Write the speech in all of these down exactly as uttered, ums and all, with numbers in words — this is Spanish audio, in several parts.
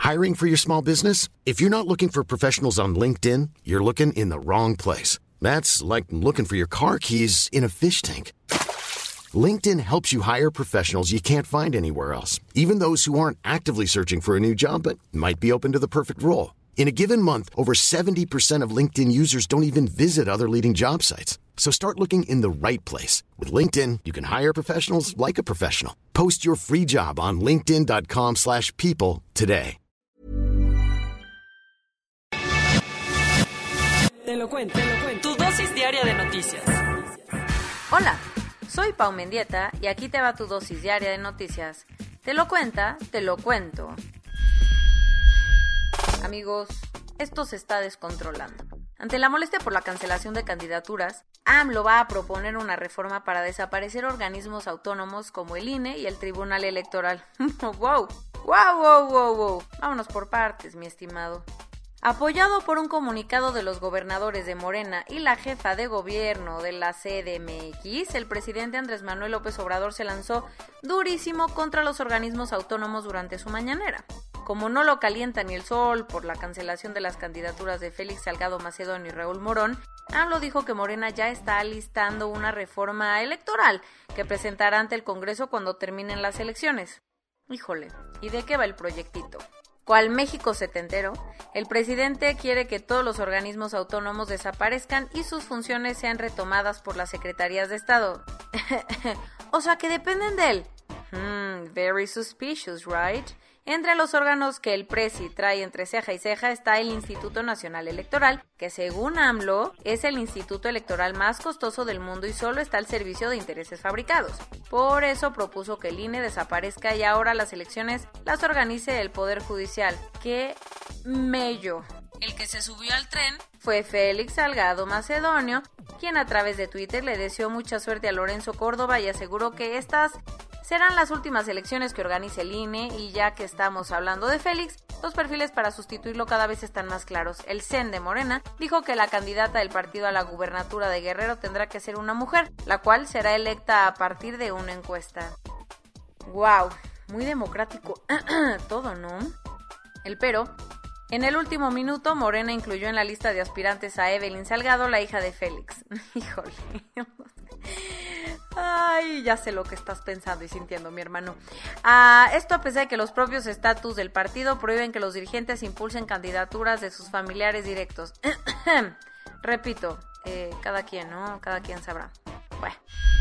Hiring for your small business? If you're not looking for professionals on LinkedIn, you're looking in the wrong place. That's like looking for your car keys in a fish tank. LinkedIn helps you hire professionals you can't find anywhere else, even those who aren't actively searching for a new job but might be open to the perfect role. In a given month, over seventy percent of LinkedIn users don't even visit other leading job sites. So start looking in the right place. With LinkedIn, you can hire professionals like a professional. Post your free job on linkedin.com slash people today. Te lo cuento, te lo cuento. Tu dosis diaria de noticias. Hola, soy Pau Mendieta y aquí te va tu dosis diaria de noticias. Te lo cuenta, te lo cuento. Amigos, esto se está descontrolando. Ante la molestia por la cancelación de candidaturas, AMLO va a proponer una reforma para desaparecer organismos autónomos como el I N E y el Tribunal Electoral. ¡Wow! ¡Wow, wow, wow, wow! Vámonos por partes, mi estimado. Apoyado por un comunicado de los gobernadores de Morena y la jefa de gobierno de la C D M X, el presidente Andrés Manuel López Obrador se lanzó durísimo contra los organismos autónomos durante su mañanera. Como no lo calienta ni el sol por la cancelación de las candidaturas de Félix Salgado Macedonio y Raúl Morón, AMLO dijo que Morena ya está alistando una reforma electoral que presentará ante el Congreso cuando terminen las elecciones. Híjole, ¿y de qué va el proyectito? Cual México setentero, el presidente quiere que todos los organismos autónomos desaparezcan y sus funciones sean retomadas por las secretarías de Estado. O sea, que dependen de él. Hmm, very suspicious, right? Entre los órganos que el presi trae entre ceja y ceja está el Instituto Nacional Electoral, que según AMLO es el instituto electoral más costoso del mundo y solo está al servicio de intereses fabricados. Por eso propuso que el I N E desaparezca y ahora las elecciones las organice el Poder Judicial. ¡Qué mello! El que se subió al tren fue Félix Salgado Macedonio, quien a través de Twitter le deseó mucha suerte a Lorenzo Córdoba y aseguró que estas serán las últimas elecciones que organice el I N E y ya que estamos hablando de Félix, los perfiles para sustituirlo cada vez están más claros. El C E N de Morena dijo que la candidata del partido a la gubernatura de Guerrero tendrá que ser una mujer, la cual será electa a partir de una encuesta. ¡Wow! Muy democrático todo, ¿no? El pero, en el último minuto, Morena incluyó en la lista de aspirantes a Evelyn Salgado, la hija de Félix. Híjole. Ay, ya sé lo que estás pensando y sintiendo, mi hermano. Ah, esto a pesar de que los propios estatus del partido prohíben que los dirigentes impulsen candidaturas de sus familiares directos. Repito, eh, cada quien, ¿no? Cada quien sabrá. Bueno.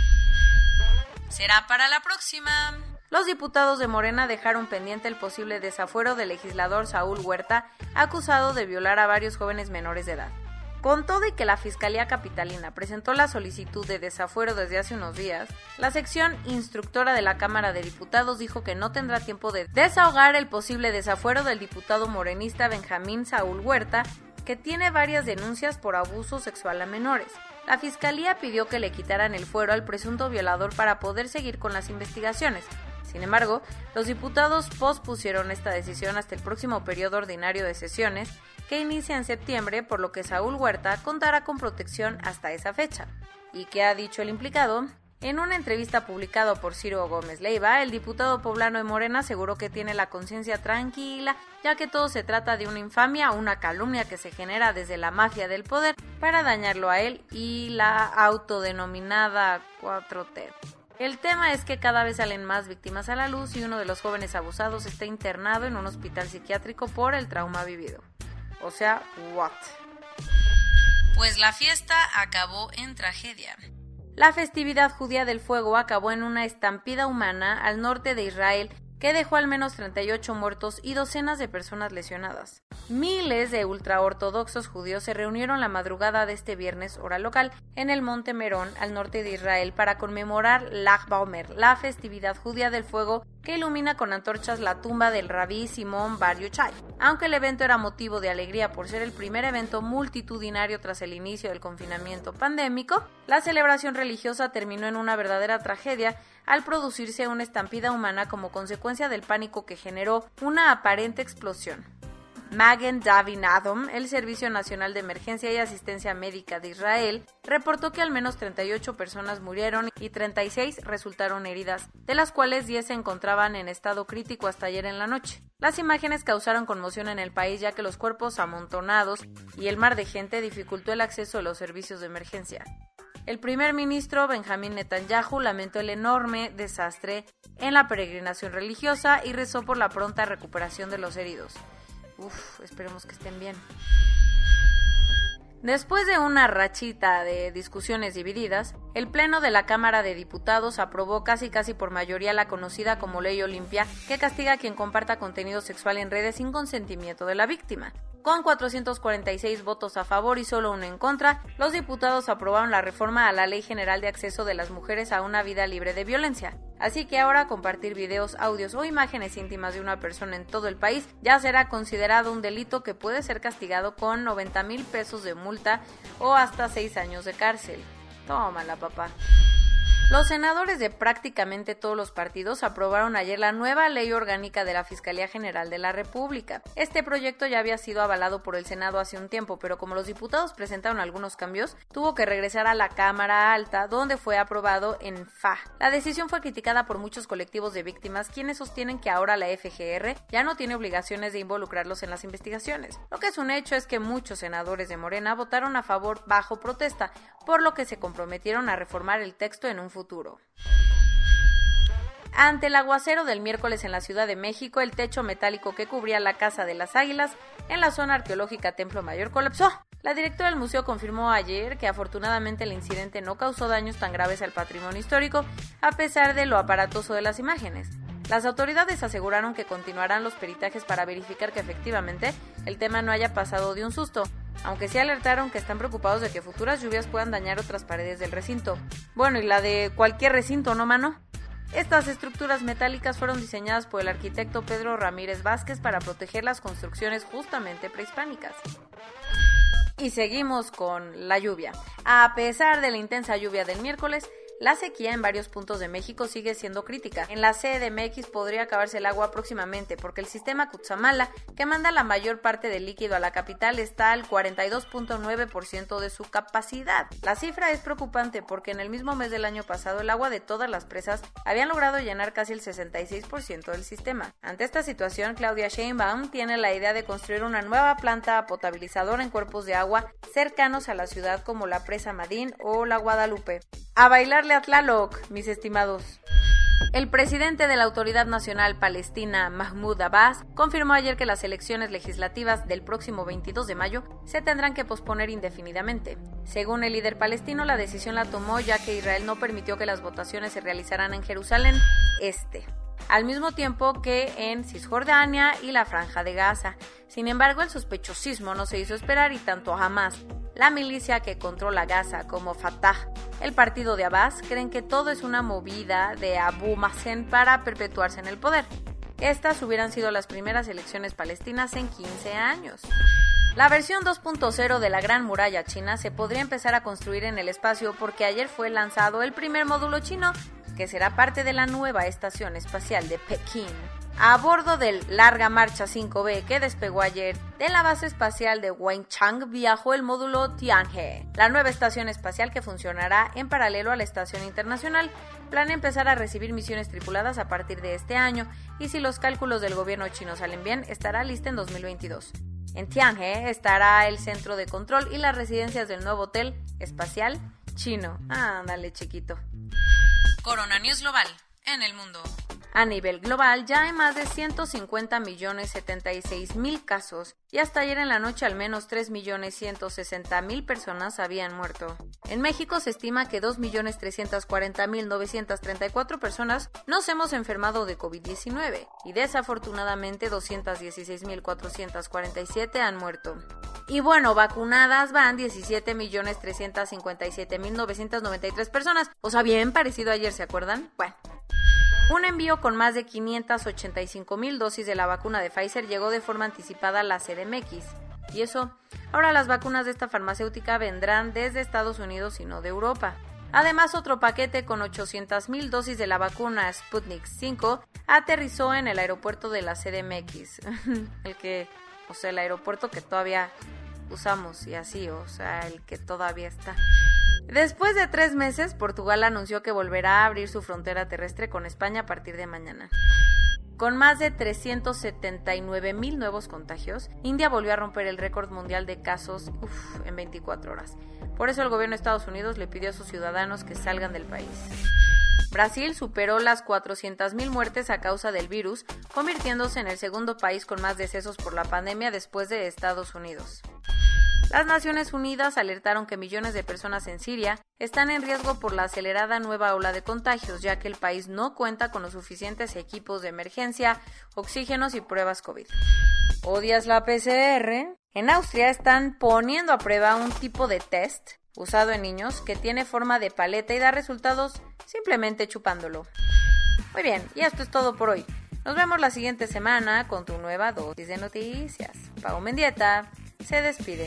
Será para la próxima. Los diputados de Morena dejaron pendiente el posible desafuero del legislador Saúl Huerta, acusado de violar a varios jóvenes menores de edad. Con todo y que la Fiscalía Capitalina presentó la solicitud de desafuero desde hace unos días, la sección instructora de la Cámara de Diputados dijo que no tendrá tiempo de desahogar el posible desafuero del diputado morenista Benjamín Saúl Huerta, que tiene varias denuncias por abuso sexual a menores. La Fiscalía pidió que le quitaran el fuero al presunto violador para poder seguir con las investigaciones. Sin embargo, los diputados pospusieron esta decisión hasta el próximo periodo ordinario de sesiones, que inicia en septiembre, por lo que Saúl Huerta contará con protección hasta esa fecha. ¿Y qué ha dicho el implicado? En una entrevista publicada por Ciro Gómez Leiva, el diputado poblano de Morena aseguró que tiene la conciencia tranquila, ya que todo se trata de una infamia o una calumnia que se genera desde la mafia del poder para dañarlo a él y la autodenominada cuatro T. El tema es que cada vez salen más víctimas a la luz y uno de los jóvenes abusados está internado en un hospital psiquiátrico por el trauma vivido. O sea, what? Pues la fiesta acabó en tragedia. La festividad judía del fuego acabó en una estampida humana al norte de Israel que dejó al menos treinta y ocho muertos y docenas de personas lesionadas. Miles de ultraortodoxos judíos se reunieron la madrugada de este viernes, hora local, en el Monte Merón, al norte de Israel, para conmemorar Lag BaOmer, la festividad judía del fuego que ilumina con antorchas la tumba del rabí Simón Bar Yochai. Aunque el evento era motivo de alegría por ser el primer evento multitudinario tras el inicio del confinamiento pandémico, la celebración religiosa terminó en una verdadera tragedia al producirse una estampida humana como consecuencia del pánico que generó una aparente explosión. Magen David Adom, el Servicio Nacional de Emergencia y Asistencia Médica de Israel, reportó que al menos treinta y ocho personas murieron y treinta y seis resultaron heridas, de las cuales diez se encontraban en estado crítico hasta ayer en la noche. Las imágenes causaron conmoción en el país ya que los cuerpos amontonados y el mar de gente dificultó el acceso a los servicios de emergencia. El primer ministro Benjamín Netanyahu lamentó el enorme desastre en la peregrinación religiosa y rezó por la pronta recuperación de los heridos. Uf, esperemos que estén bien. Después de una rachita de discusiones divididas, el Pleno de la Cámara de Diputados aprobó casi casi por mayoría la conocida como Ley Olimpia, que castiga a quien comparta contenido sexual en redes sin consentimiento de la víctima. Con cuatrocientos cuarenta y seis votos a favor y solo uno en contra, los diputados aprobaron la reforma a la Ley General de Acceso de las Mujeres a una Vida Libre de Violencia. Así que ahora compartir videos, audios o imágenes íntimas de una persona en todo el país ya será considerado un delito que puede ser castigado con noventa mil pesos de multa o hasta seis años de cárcel. Tómala, papá. Los senadores de prácticamente todos los partidos aprobaron ayer la nueva ley orgánica de la Fiscalía General de la República. Este proyecto ya había sido avalado por el Senado hace un tiempo, pero como los diputados presentaron algunos cambios, tuvo que regresar a la Cámara Alta, donde fue aprobado en F A. La decisión fue criticada por muchos colectivos de víctimas, quienes sostienen que ahora la F G R ya no tiene obligaciones de involucrarlos en las investigaciones. Lo que es un hecho es que muchos senadores de Morena votaron a favor bajo protesta, por lo que se comprometieron a reformar el texto en un futuro. Ante el aguacero del miércoles en la Ciudad de México, el techo metálico que cubría la Casa de las Águilas en la zona arqueológica Templo Mayor colapsó. La directora del museo confirmó ayer que afortunadamente el incidente no causó daños tan graves al patrimonio histórico, a pesar de lo aparatoso de las imágenes. Las autoridades aseguraron que continuarán los peritajes para verificar que efectivamente el tema no haya pasado de un susto, aunque sí alertaron que están preocupados de que futuras lluvias puedan dañar otras paredes del recinto. Bueno, y la de cualquier recinto, ¿no, mano? Estas estructuras metálicas fueron diseñadas por el arquitecto Pedro Ramírez Vázquez para proteger las construcciones justamente prehispánicas. Y seguimos con la lluvia. A pesar de la intensa lluvia del miércoles, la sequía en varios puntos de México sigue siendo crítica. En la C D M X podría acabarse el agua próximamente porque el sistema Cutzamala, que manda la mayor parte del líquido a la capital, está al cuarenta y dos punto nueve por ciento de su capacidad. La cifra es preocupante porque en el mismo mes del año pasado el agua de todas las presas habían logrado llenar casi el sesenta y seis por ciento del sistema. Ante esta situación, Claudia Sheinbaum tiene la idea de construir una nueva planta potabilizadora en cuerpos de agua cercanos a la ciudad como la presa Madín o la Guadalupe. A bailarle a Tlaloc, mis estimados. El presidente de la Autoridad Nacional Palestina, Mahmoud Abbas, confirmó ayer que las elecciones legislativas del próximo veintidós de mayo se tendrán que posponer indefinidamente. Según el líder palestino, la decisión la tomó ya que Israel no permitió que las votaciones se realizaran en Jerusalén Este, al mismo tiempo que en Cisjordania y la Franja de Gaza. Sin embargo, el sospechosismo no se hizo esperar y tanto Hamas, la milicia que controla Gaza, como Fatah, el partido de Abbas, creen que todo es una movida de Abu Mazen para perpetuarse en el poder. Estas hubieran sido las primeras elecciones palestinas en quince años. La versión dos punto cero de la Gran Muralla China se podría empezar a construir en el espacio porque ayer fue lanzado el primer módulo chino, que será parte de la nueva estación espacial de Pekín. A bordo del Larga Marcha cinco B que despegó ayer de la base espacial de Wenchang viajó el módulo Tianhe, la nueva estación espacial que funcionará en paralelo a la estación internacional. Planea empezar a recibir misiones tripuladas a partir de este año y si los cálculos del gobierno chino salen bien, estará lista en dos mil veintidós. En Tianhe estará el centro de control y las residencias del nuevo hotel espacial chino. Ándale, chiquito. Corona News Global en el mundo. A nivel global ya hay más de ciento cincuenta millones setenta y seis mil casos y hasta ayer en la noche al menos tres millones ciento sesenta mil personas habían muerto. En México se estima que dos millones trescientos cuarenta mil novecientos treinta y cuatro personas nos hemos enfermado de covid diecinueve y desafortunadamente doscientos dieciséis mil cuatrocientos cuarenta y siete han muerto. Y bueno, vacunadas van diecisiete millones trescientos cincuenta y siete mil novecientos noventa y tres personas. O sea, bien parecido a ayer, ¿se acuerdan? Bueno. Un envío con más de quinientas ochenta y cinco mil dosis de la vacuna de Pfizer llegó de forma anticipada a la C D M X. Y eso, ahora las vacunas de esta farmacéutica vendrán desde Estados Unidos y no de Europa. Además, otro paquete con ochocientas mil dosis de la vacuna Sputnik cinco aterrizó en el aeropuerto de la C D M X, el que o sea, el aeropuerto que todavía usamos y así, o sea, el que todavía está. Después de tres meses, Portugal anunció que volverá a abrir su frontera terrestre con España a partir de mañana. Con más de trescientos setenta y nueve mil nuevos contagios, India volvió a romper el récord mundial de casos uf, en veinticuatro horas. Por eso el gobierno de Estados Unidos le pidió a sus ciudadanos que salgan del país. Brasil superó las cuatrocientas mil muertes a causa del virus, convirtiéndose en el segundo país con más decesos por la pandemia después de Estados Unidos. Las Naciones Unidas alertaron que millones de personas en Siria están en riesgo por la acelerada nueva ola de contagios, ya que el país no cuenta con los suficientes equipos de emergencia, oxígenos y pruebas COVID. ¿Odias la P C R? En Austria están poniendo a prueba un tipo de test usado en niños que tiene forma de paleta y da resultados simplemente chupándolo. Muy bien, y esto es todo por hoy. Nos vemos la siguiente semana con tu nueva dosis de noticias. Pau Mendieta se despide.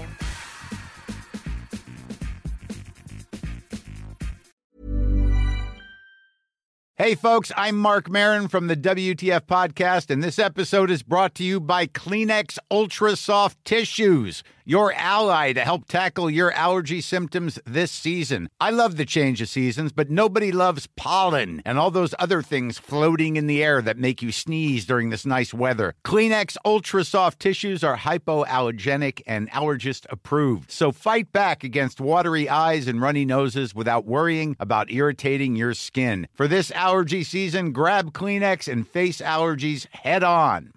Hey, folks, I'm Mark Maron from the W T F Podcast, and this episode is brought to you by Kleenex Ultra Soft Tissues, your ally to help tackle your allergy symptoms this season. I love the change of seasons, but nobody loves pollen and all those other things floating in the air that make you sneeze during this nice weather. Kleenex Ultra Soft Tissues are hypoallergenic and allergist approved, so fight back against watery eyes and runny noses without worrying about irritating your skin. For this allergy season, grab Kleenex and face allergies head on.